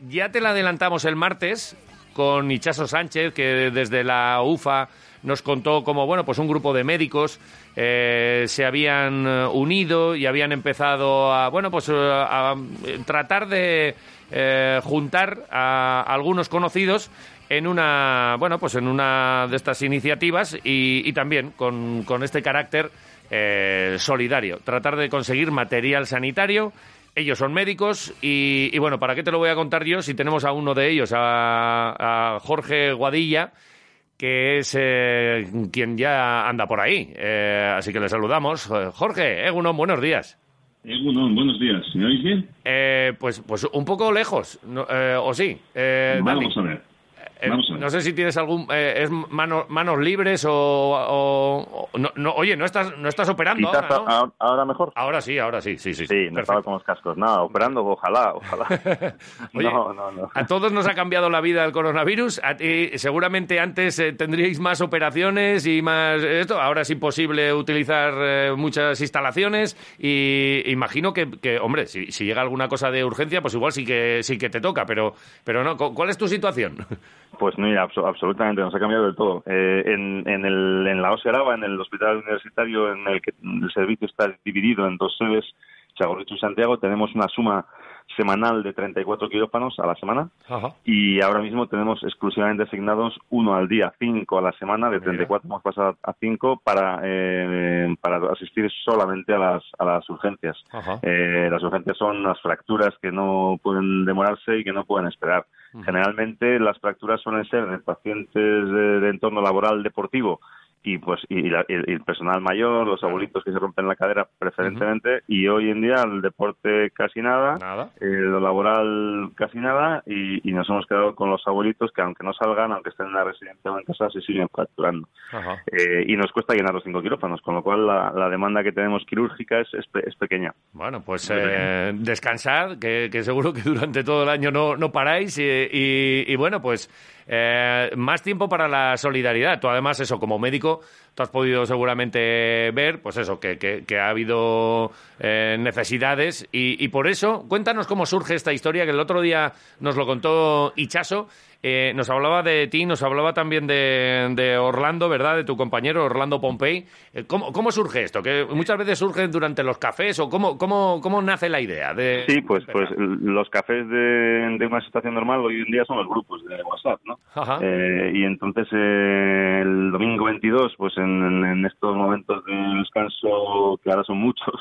ya te la adelantamos el martes con Itxaso Sánchez, que desde la UFA nos contó cómo, bueno, pues un grupo de médicos se habían unido y habían empezado a, bueno, pues a tratar de juntar a algunos conocidos en una, bueno, pues en una de estas iniciativas y también con este carácter solidario, tratar de conseguir material sanitario. Ellos son médicos y bueno, ¿para qué te lo voy a contar yo si tenemos a uno de ellos, a Jorge Guadilla, que es quien ya anda por ahí? Así que le saludamos. Jorge, Egunon, buenos días. Egunon, buenos días. ¿Me oís bien? Pues un poco lejos, ¿no? ¿O sí? Vamos a ver. No sé si tienes algún manos libres o no, oye, no estás operando ahora, ¿no? Ahora mejor. Ahora sí. Sí, no estaba con los cascos. No, operando, ojalá. Oye, no. A todos nos ha cambiado la vida el coronavirus. A ti, seguramente antes tendríais más operaciones y más esto. Ahora es imposible utilizar muchas instalaciones y imagino que hombre, si llega alguna cosa de urgencia, pues igual sí que te toca, pero no. ¿Cuál es tu situación? Pues mira, absolutamente, nos ha cambiado del todo. En la OSE Araba, en el hospital universitario, en el que el servicio está dividido en dos sedes, Txagorritxu y Santiago, tenemos una suma semanal de 34 quirófanos a la semana. Ajá. Y ahora mismo tenemos exclusivamente asignados uno al día, 5 a la semana, de 34 hemos pasado a 5 para asistir solamente a las urgencias. Las urgencias son las fracturas que no pueden demorarse y que no pueden esperar. Generalmente las fracturas suelen ser de pacientes de entorno laboral deportivo y el personal mayor, los abuelitos que se rompen la cadera preferentemente, y hoy en día el deporte casi nada. Lo laboral casi nada, y nos hemos quedado con los abuelitos que aunque no salgan, aunque estén en la residencia o en casa, se siguen fracturando. Y nos cuesta llenar los 5 quirófanos, con lo cual la demanda que tenemos quirúrgica es pequeña. Bueno, pues descansad, que seguro que durante todo el año no paráis y bueno, pues más tiempo para la solidaridad. Tú además, eso, como médico, tú has podido seguramente ver, pues eso, que ha habido necesidades y por eso, cuéntanos cómo surge esta historia, que el otro día nos lo contó Itxaso. Nos hablaba de ti, nos hablaba también de Orlando, ¿verdad? De tu compañero Orlando Pompey. ¿Cómo surge esto? Que muchas veces surge durante los cafés, o ¿cómo nace la idea? Sí, pues los cafés de una situación normal hoy en día son los grupos de WhatsApp, ¿no? Y entonces el domingo 22, pues en estos momentos de descanso, que ahora son muchos,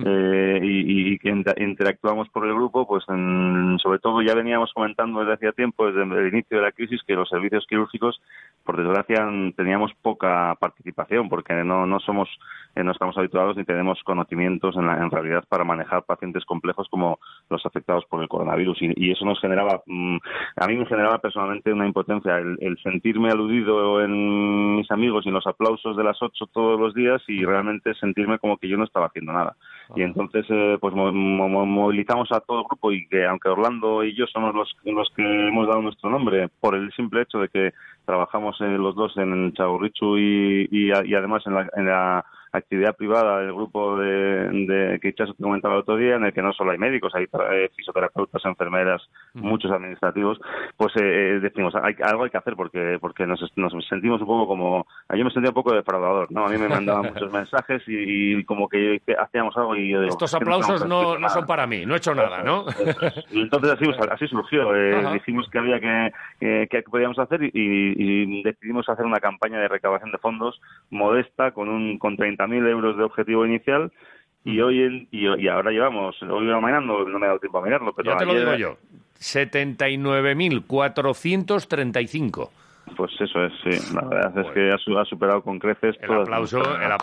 y que interactuamos por el grupo, pues sobre todo ya veníamos comentando desde hacía tiempo, desde el inicio de la crisis, que los servicios quirúrgicos, por desgracia, teníamos poca participación, porque no estamos habituados ni tenemos conocimientos en realidad para manejar pacientes complejos como los afectados por el coronavirus, y eso nos generaba, a mí me generaba personalmente una impotencia, el sentirme aludido en mis amigos y en los aplausos de las 8 todos los días, y realmente sentirme como que yo no estaba haciendo nada. Y entonces pues movilizamos a todo el grupo, y que aunque Orlando y yo somos los que hemos dado nuestro nombre por el simple hecho de que trabajamos los dos en Txagorritxu y además en la actividad privada del grupo de que Itxaso te comentaba el otro día, en el que no solo hay médicos, hay fisioterapeutas, enfermeras, muchos administrativos, pues decimos, algo hay que hacer, porque nos sentimos un poco como, yo me sentía un poco defraudador, ¿no? A mí me mandaban muchos mensajes y como que hacíamos algo, y yo digo, estos aplausos no son para mí, no he hecho nada, ¿no? Y entonces así surgió, dijimos que había que podíamos hacer, y decidimos hacer una campaña de recaudación de fondos modesta con 30.000 euros de objetivo inicial, y ahora llevamos, hoy mañana no me ha dado tiempo a mirarlo, pero ya te lo digo yo, 79.435. Pues eso es, sí. La verdad es que ha superado con creces. El aplauso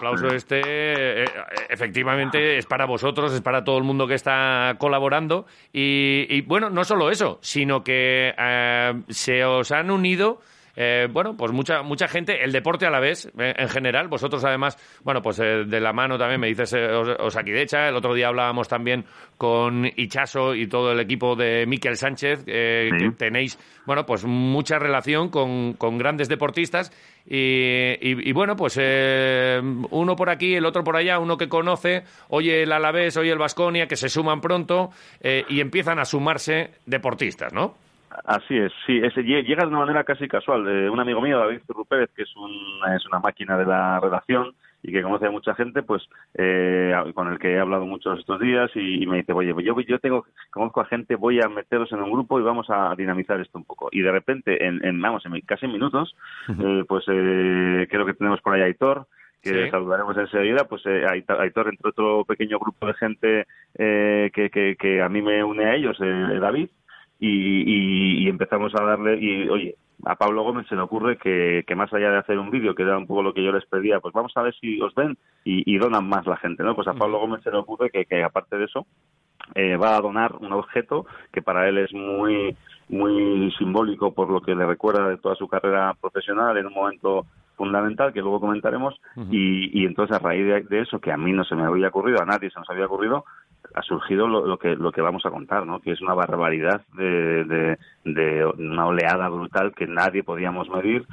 efectivamente es para vosotros, es para todo el mundo que está colaborando. Y bueno, no solo eso, sino que se os han unido Bueno, pues mucha gente, el deporte a la vez, en general. Vosotros, además, bueno, pues de la mano también me dices Osakidecha. El otro día hablábamos también con Itxaso y todo el equipo de Mikel Sánchez, que tenéis, bueno, pues mucha relación con grandes deportistas. Y bueno, pues uno por aquí, el otro por allá, uno que conoce, oye el Alavés, oye el Baskonia, que se suman pronto y empiezan a sumarse deportistas, ¿no? Así es, sí, llega de una manera casi casual. Un amigo mío, David Pérez, que es una máquina de la redacción y que conoce a mucha gente, pues con el que he hablado muchos estos días y me dice, oye, pues yo conozco a gente, voy a meteros en un grupo y vamos a dinamizar esto un poco. Y de repente, casi en minutos, pues creo que tenemos por ahí a Aitor, que saludaremos enseguida, pues Aitor, entre otro pequeño grupo de gente que a mí me une a ellos, David, y empezamos a darle, y oye, a Pablo Gómez se le ocurre que más allá de hacer un vídeo, que era un poco lo que yo les pedía, pues vamos a ver si os ven y donan más la gente, ¿no? Pues a Pablo Gómez se le ocurre que aparte de eso, va a donar un objeto que para él es muy muy simbólico por lo que le recuerda de toda su carrera profesional en un momento fundamental que luego comentaremos y entonces a raíz de eso, que a mí no se me había ocurrido, a nadie se nos había ocurrido, ha surgido lo que vamos a contar, ¿no? Que es una barbaridad de una oleada brutal que nadie podíamos medir,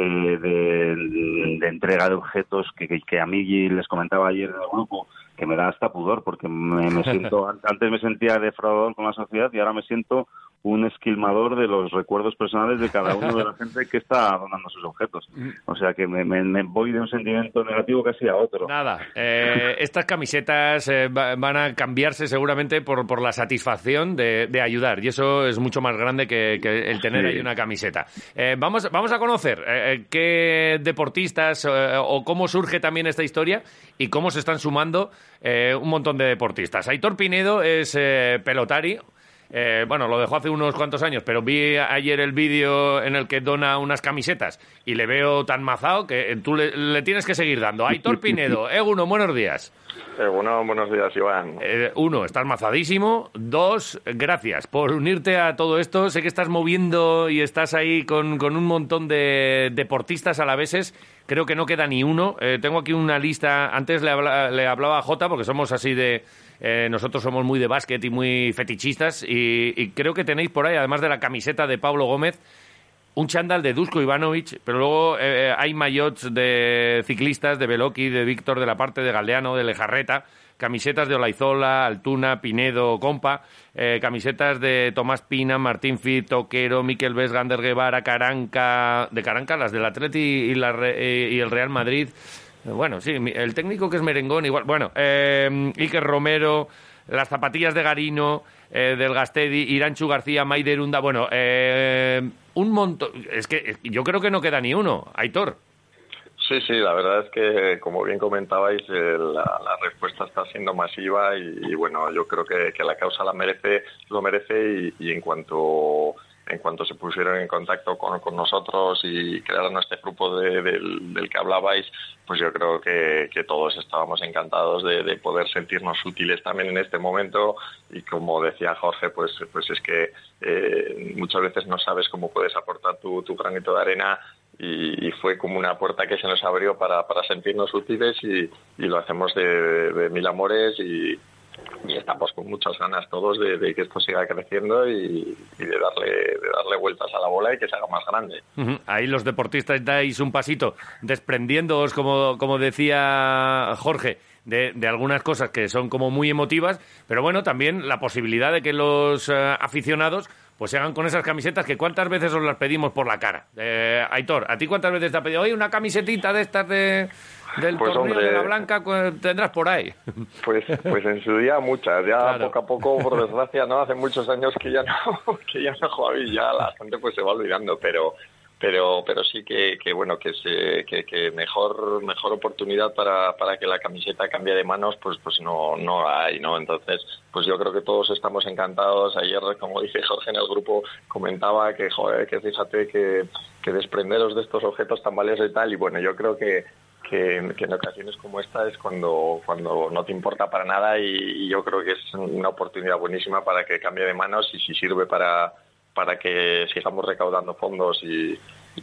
de entrega de objetos que a mí les comentaba ayer en el grupo, que me da hasta pudor porque me siento, antes me sentía defraudador con la sociedad y ahora me siento un esquilmador de los recuerdos personales de cada uno de la gente que está donando sus objetos. O sea que me voy de un sentimiento negativo casi a otro. Nada, estas camisetas van a cambiarse seguramente por la satisfacción de ayudar, y eso es mucho más grande que el tener ahí una camiseta. Vamos a conocer qué deportistas o cómo surge también esta historia y cómo se están sumando un montón de deportistas. Aitor Pinedo es pelotari. Bueno, lo dejó hace unos cuantos años, pero vi ayer el vídeo en el que dona unas camisetas y le veo tan mazao que tú le tienes que seguir dando. Aitor Pinedo, Eguno, buenos días. Eguno, buenos días, Iván. Uno, estás mazadísimo. Dos, gracias por unirte a todo esto. Sé que estás moviendo y estás ahí con un montón de deportistas alaveses. Creo que no queda ni uno. Tengo aquí una lista. Antes le hablaba a Jota, porque somos así de... nosotros somos muy de básquet y muy fetichistas y creo que tenéis por ahí, además de la camiseta de Pablo Gómez, un chándal de Dusko Ivanovic, pero luego hay maillots de ciclistas, de Beloki, de Víctor, de la parte de Galdeano, de Lejarreta, camisetas de Olaizola, Altuna, Pinedo, Compa, camisetas de Tomás Pina, Martín Fit, Toquero, Miquel Ves, Gander Guevara, Caranca, las del Atleti y el Real Madrid. Bueno, sí, el técnico que es merengón igual. Bueno, Iker Romero, las zapatillas de Garino, del Gastedi, Iranchu García, Maiderunda. Bueno, un montón. Es que yo creo que no queda ni uno. Aitor. Sí, la verdad es que, como bien comentabais, la respuesta está siendo masiva y bueno, yo creo que la causa lo merece y en cuanto se pusieron en contacto con nosotros y crearon este grupo del que hablabais, pues yo creo que todos estábamos encantados de poder sentirnos útiles también en este momento y como decía Jorge, pues es que muchas veces no sabes cómo puedes aportar tu granito de arena y fue como una puerta que se nos abrió para sentirnos útiles y lo hacemos de mil amores y estamos con muchas ganas todos de que esto siga creciendo y de darle vueltas a la bola y que se haga más grande. Ahí los deportistas dais un pasito desprendiéndoos, como decía Jorge, de algunas cosas que son como muy emotivas, pero bueno, también la posibilidad de que los aficionados pues se hagan con esas camisetas que cuántas veces os las pedimos por la cara. Aitor, ¿a ti cuántas veces te ha pedido, oye, una camisetita de estas del pues torneo hombre, de la Blanca tendrás por ahí? Pues en su día muchas, ya claro. Poco a poco, por desgracia, no hace muchos años que ya no juega y ya la gente pues se va olvidando, pero sí que bueno, que mejor oportunidad para que la camiseta cambie de manos, pues no hay, ¿no? Entonces, pues yo creo que todos estamos encantados. Ayer, como dice Jorge en el grupo, comentaba que fíjate que desprenderos de estos objetos tan valiosos y tal, y bueno, yo creo que en ocasiones como esta es cuando no te importa para nada y yo creo que es una oportunidad buenísima para que cambie de manos y si sirve para que sigamos recaudando fondos y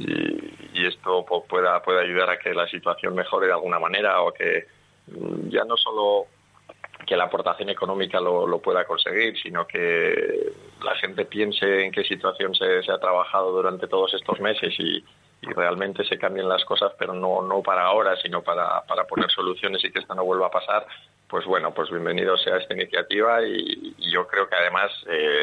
esto pueda ayudar a que la situación mejore de alguna manera o que ya no solo que la aportación económica lo pueda conseguir, sino que la gente piense en qué situación se ha trabajado durante todos estos meses y realmente se cambien las cosas, pero no para ahora, sino para poner soluciones y que esto no vuelva a pasar. Pues bueno, pues bienvenido sea esta iniciativa y yo creo que además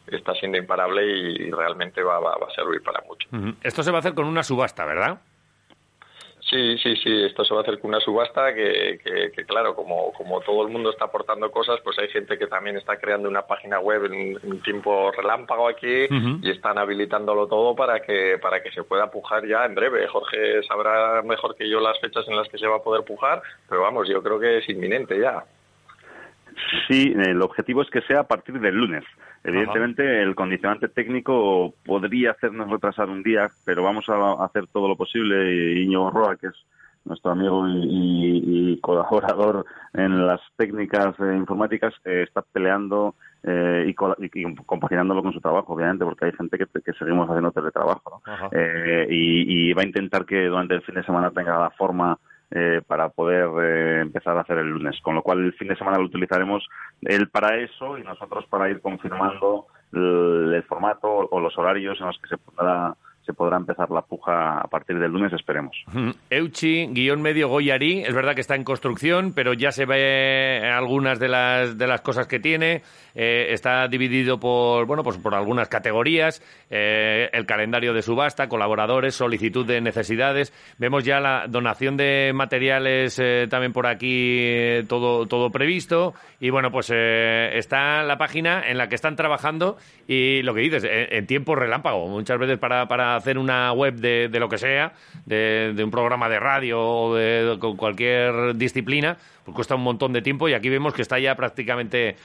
está siendo imparable y realmente va a servir para mucho. Esto se va a hacer con una subasta, ¿verdad? Sí, esto se va a hacer con una subasta que claro, como todo el mundo está aportando cosas, pues hay gente que también está creando una página web en tiempo relámpago aquí y están habilitándolo todo para que se pueda pujar ya en breve. Jorge sabrá mejor que yo las fechas en las que se va a poder pujar, pero vamos, yo creo que es inminente ya. Sí, el objetivo es que sea a partir del lunes. Evidentemente, el condicionante técnico podría hacernos retrasar un día, pero vamos a hacer todo lo posible. Y Íñigo Roa, que es nuestro amigo y colaborador en las técnicas informáticas, está peleando y compaginándolo con su trabajo, obviamente, porque hay gente que seguimos haciendo teletrabajo, ¿no? Y va a intentar que durante el fin de semana tenga la forma para poder empezar a hacer el lunes, con lo cual el fin de semana lo utilizaremos él para eso y nosotros para ir confirmando el formato o los horarios en los que se podrá empezar la puja a partir del lunes, esperemos. Euchi-medio Goyarí, es verdad que está en construcción, pero ya se ve algunas de las cosas que tiene. Está dividido por algunas categorías, el calendario de subasta, colaboradores, solicitud de necesidades. Vemos ya la donación de materiales también por aquí, todo previsto. Y bueno, pues está la página en la que están trabajando y lo que dices, en tiempo relámpago. Muchas veces para hacer una web de lo que sea, de un programa de radio o de cualquier disciplina, pues cuesta un montón de tiempo y aquí vemos que está ya prácticamente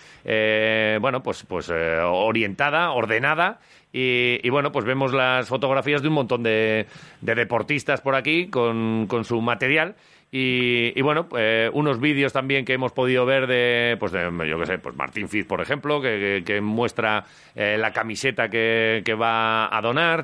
orientada, ordenada y bueno, pues vemos las fotografías de un montón de deportistas por aquí con su material. Y bueno, unos vídeos también que hemos podido ver de yo qué sé, pues Martín Fiz, por ejemplo, que muestra la camiseta que va a donar.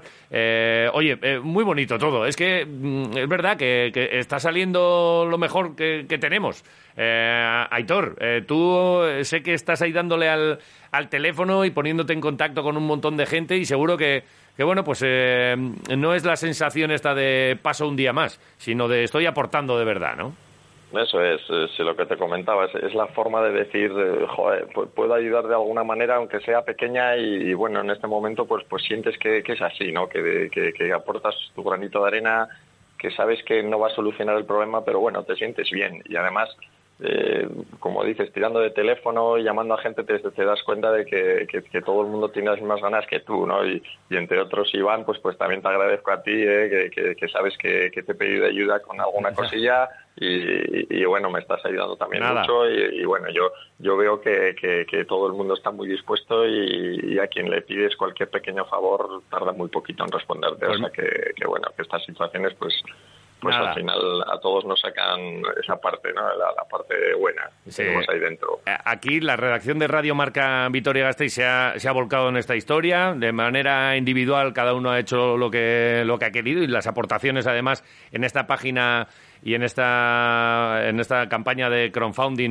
Muy bonito todo. Es que es verdad que está saliendo lo mejor que tenemos. Aitor, tú sé que estás ahí dándole al teléfono y poniéndote en contacto con un montón de gente y seguro que bueno, pues no es la sensación esta de paso un día más, sino de estoy aportando de verdad, ¿no? Eso es lo que te comentaba, es la forma de decir, puedo ayudar de alguna manera, aunque sea pequeña, y bueno, en este momento pues sientes que es así, ¿no? Que aportas tu granito de arena, que sabes que no va a solucionar el problema, pero bueno, te sientes bien, y además como dices, tirando de teléfono y llamando a gente te das cuenta de que todo el mundo tiene las mismas ganas que tú, ¿no? Y entre otros, Iván, pues también te agradezco a ti, que sabes que te he pedido ayuda con alguna cosilla y bueno, me estás ayudando también mucho y bueno, yo veo que todo el mundo está muy dispuesto y a quien le pides cualquier pequeño favor tarda muy poquito en responderte, o sea que bueno, que estas situaciones pues al final a todos nos sacan esa parte, ¿no? La parte buena que tenemos ahí dentro. Aquí la redacción de Radio Marca Vitoria-Gasteiz se ha volcado en esta historia. De manera individual cada uno ha hecho lo que ha querido y las aportaciones además en esta página y en esta campaña de crowdfunding.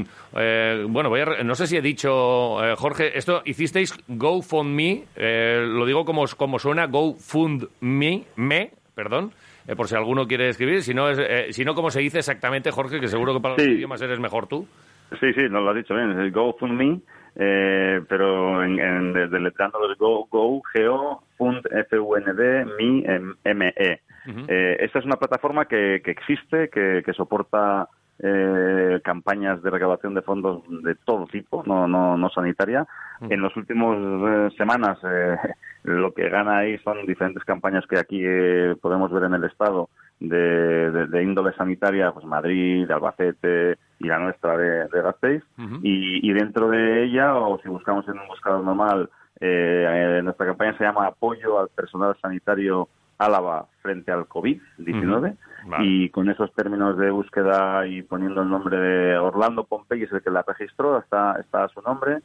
No sé si he dicho, Jorge, esto hicisteis GoFundMe, lo digo como suena, GoFundMe, perdón. Por si alguno quiere escribir, si no, ¿cómo se dice exactamente, Jorge? Que seguro que para los idiomas eres mejor tú. Sí, nos lo has dicho bien, es GoFundMe, pero deletreándolo es Go, Fund, F-U-N-D, Me, M-E. Esta es una plataforma que existe, que soporta campañas de recaudación de fondos de todo tipo, no sanitaria. En las últimas semanas lo que gana ahí son diferentes campañas que aquí podemos ver en el Estado de índole sanitaria, pues Madrid, Albacete y la nuestra de Gasteiz. Y dentro de ella, o si buscamos en un buscador normal, nuestra campaña se llama Apoyo al Personal Sanitario Álava frente al COVID-19, y con esos términos de búsqueda y poniendo el nombre de Orlando Pompey, es el que la registró, está su nombre,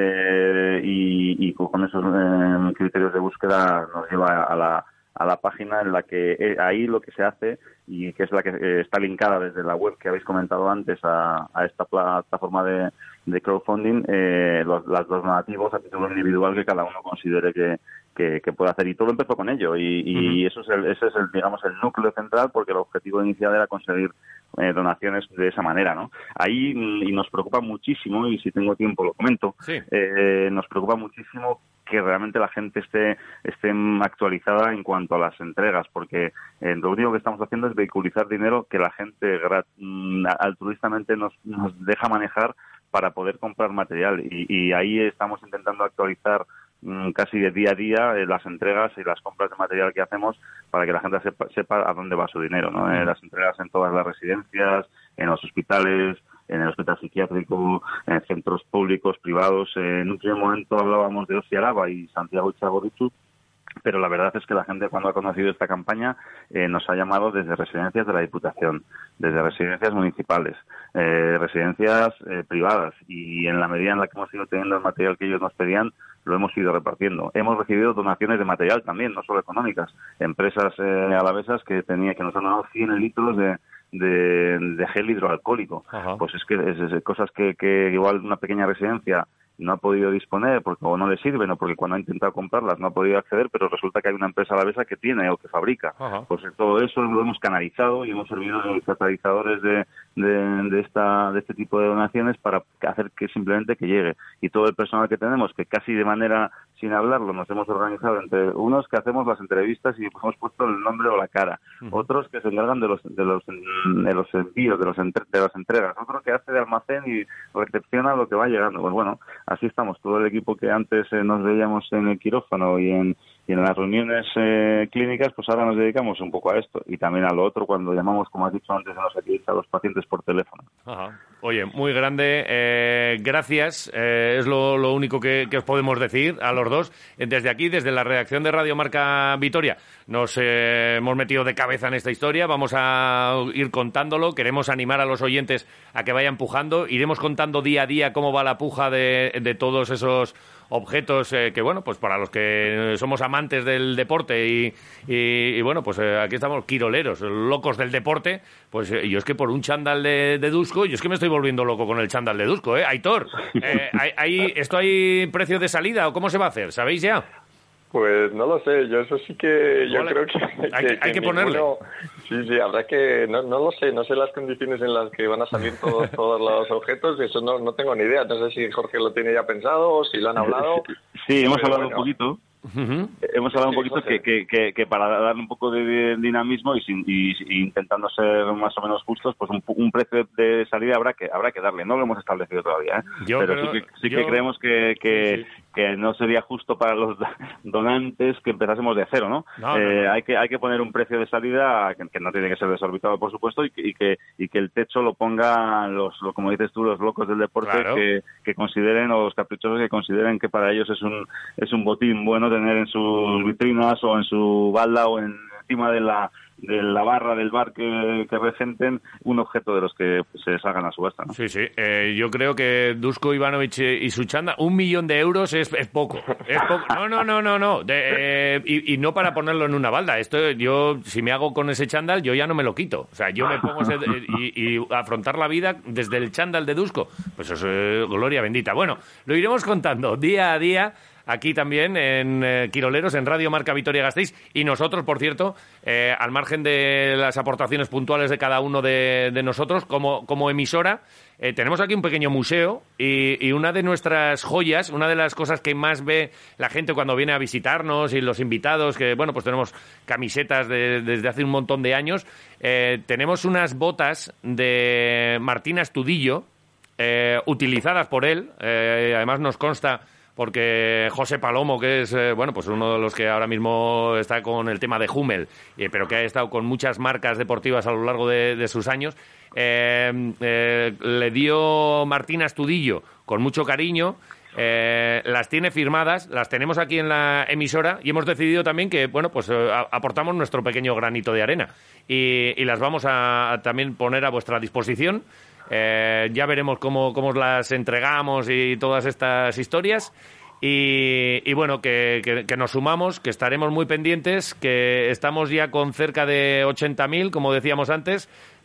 y con esos criterios de búsqueda nos lleva a la página en la que ahí lo que se hace, y que es la que está linkada desde la web que habéis comentado antes a esta plataforma de crowdfunding, los donativos a título individual que cada uno considere que puede hacer, y todo empezó con ello y ese es el digamos el núcleo central, porque el objetivo inicial era conseguir donaciones de esa manera, ¿no? Ahí, y nos preocupa muchísimo, y si tengo tiempo lo comento, nos preocupa muchísimo que realmente la gente esté actualizada en cuanto a las entregas, porque lo único que estamos haciendo es vehiculizar dinero que la gente altruistamente nos deja manejar para poder comprar material, y ahí estamos intentando actualizar casi de día a día las entregas y las compras de material que hacemos para que la gente sepa a dónde va su dinero, ¿no? Las entregas en todas las residencias, en los hospitales, en el hospital psiquiátrico, en centros públicos, privados. En un primer momento hablábamos de Osi Araba y Santiago Txagorritxu, pero la verdad es que la gente, cuando ha conocido esta campaña, nos ha llamado desde residencias de la Diputación, desde residencias municipales, residencias privadas, y en la medida en la que hemos ido teniendo el material que ellos nos pedían, lo hemos ido repartiendo. Hemos recibido donaciones de material también, no solo económicas. Empresas alavesas que nos han donado 100 litros de gel hidroalcohólico. Ajá. Pues es que es cosas que igual una pequeña residencia no ha podido disponer porque o no le sirven, o porque cuando ha intentado comprarlas no ha podido acceder, pero resulta que hay una empresa alavesa que tiene o que fabrica. Ajá. Pues todo eso lo hemos canalizado y hemos servido de catalizadores de este tipo de donaciones para hacer que simplemente que llegue. Y todo el personal que tenemos, que casi de manera sin hablarlo nos hemos organizado entre unos que hacemos las entrevistas y hemos puesto el nombre o la cara, otros que se encargan de los envíos, de las entregas, otro que hace de almacén y recepciona lo que va llegando. Pues bueno, así estamos, todo el equipo que antes nos veíamos en el quirófano y en las reuniones clínicas, pues ahora nos dedicamos un poco a esto y también a lo otro cuando llamamos, como has dicho antes, a los pacientes por teléfono. Ajá. Oye, muy grande, gracias, es lo único que os podemos decir a los dos. Desde aquí, desde la redacción de Radio Marca Vitoria, nos hemos metido de cabeza en esta historia, vamos a ir contándolo, queremos animar a los oyentes a que vayan pujando, iremos contando día a día cómo va la puja de todos esos objetos que, bueno, pues para los que somos amantes del deporte y bueno, pues aquí estamos quiroleros, locos del deporte, pues yo es que por un chándal de Dusko, yo es que me estoy volviendo loco con el chándal de Dusko, Aitor, ¿esto hay precio de salida o cómo se va a hacer? ¿Sabéis ya? Pues no lo sé, yo eso sí que yo creo que hay que ponerle. Sí, habrá que no lo sé, no sé las condiciones en las que van a salir todos los objetos, eso no tengo ni idea, no sé si Jorge lo tiene ya pensado o si lo han hablado. Sí, hemos hablado un poquito. Hemos hablado un poquito que para darle un poco de dinamismo y intentando ser más o menos justos, pues un precio de salida habrá que darle. No lo hemos establecido todavía, pero sí que creemos que no sería justo para los donantes que empezásemos de cero, ¿no? Hay que poner un precio de salida que no tiene que ser desorbitado, por supuesto, y que el techo lo pongan como dices tú, los locos del deporte, claro, que consideren, o los caprichosos que consideren que para ellos es un botín bueno tener en sus vitrinas o en su balda o encima de la barra del bar que regenten un objeto de los que se salgan a subasta, ¿no? Sí. Yo creo que Dusko Ivanovic y su chándal, 1 millón de euros es poco. Es poco. No. Y no para ponerlo en una balda. Esto yo, si me hago con ese chándal, yo ya no me lo quito. O sea, yo me pongo y afrontar la vida desde el chándal de Dusko. Pues eso es gloria bendita. Bueno, lo iremos contando día a día. Aquí también en Quiroleros, en Radio Marca Vitoria-Gasteiz. Y nosotros, por cierto, al margen de las aportaciones puntuales de cada uno de nosotros, como emisora, tenemos aquí un pequeño museo y una de nuestras joyas, una de las cosas que más ve la gente cuando viene a visitarnos y los invitados, que, bueno, pues tenemos camisetas desde hace un montón de años. Tenemos unas botas de Martín Astudillo, utilizadas por él. Además nos consta, porque José Palomo, que es pues uno de los que ahora mismo está con el tema de Hummel, pero que ha estado con muchas marcas deportivas a lo largo de sus años, le dio Martín Astudillo con mucho cariño. Las tiene firmadas, las tenemos aquí en la emisora y hemos decidido también que, bueno, pues aportamos nuestro pequeño granito de arena y las vamos a también poner a vuestra disposición. Ya veremos cómo os las entregamos y todas estas historias. Y bueno, que nos sumamos, que estaremos muy pendientes, que estamos ya con cerca de 80.000, como decíamos antes,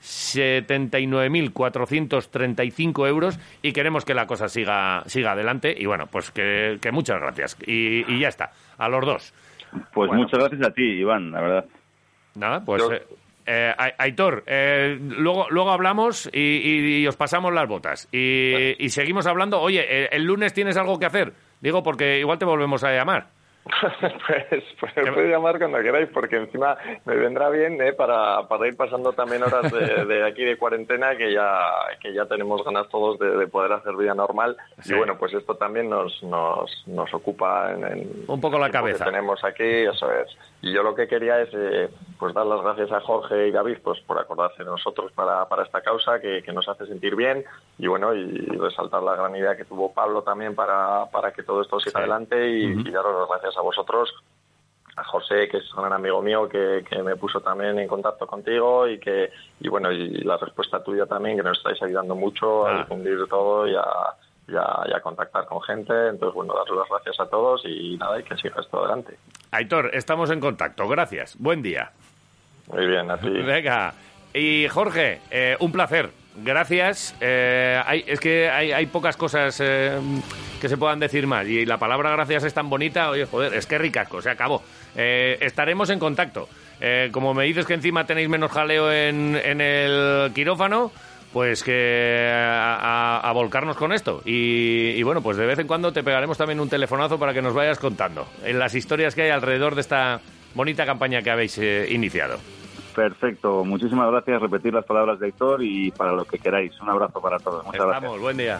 79.435 euros, y queremos que la cosa siga adelante. Y bueno, pues que muchas gracias. Y ya está, a los dos. Pues bueno, muchas gracias a ti, Iván, la verdad. Nada, pues... Aitor, luego hablamos y os pasamos las botas y seguimos hablando. Oye, el lunes tienes algo que hacer. Digo, porque igual te volvemos a llamar. Pues me podéis llamar cuando queráis, porque encima me vendrá bien para ir pasando también horas de aquí de cuarentena, que ya tenemos ganas todos de poder hacer vida normal. Sí. Y bueno, pues esto también nos ocupa en un poco la cabeza que tenemos aquí, eso es. Y yo lo que quería es pues dar las gracias a Jorge y David pues por acordarse de nosotros para esta causa que nos hace sentir bien, y bueno, y resaltar la gran idea que tuvo Pablo también para que todo esto siga adelante, y daros las gracias a vosotros, a José, que es un gran amigo mío, que me puso también en contacto contigo, y bueno, y la respuesta tuya también, que nos estáis ayudando mucho a difundir todo y a contactar con gente. Entonces, bueno, daros las gracias a todos y nada, y que siga esto adelante. Aitor, estamos en contacto. Gracias. Buen día. Muy bien, a ti. Venga. Y Jorge, un placer. Gracias. Es que hay pocas cosas que se puedan decir más. Y la palabra gracias es tan bonita. Oye, joder, es que ricasco. Se acabó. Estaremos en contacto. Como me dices que encima tenéis menos jaleo en el quirófano, pues que a volcarnos con esto. Y bueno, pues de vez en cuando te pegaremos también un telefonazo para que nos vayas contando en las historias que hay alrededor de esta bonita campaña que habéis iniciado. Perfecto, muchísimas gracias. Repetir las palabras de Héctor y para lo que queráis. Un abrazo para todos. Muchas gracias. Buen día.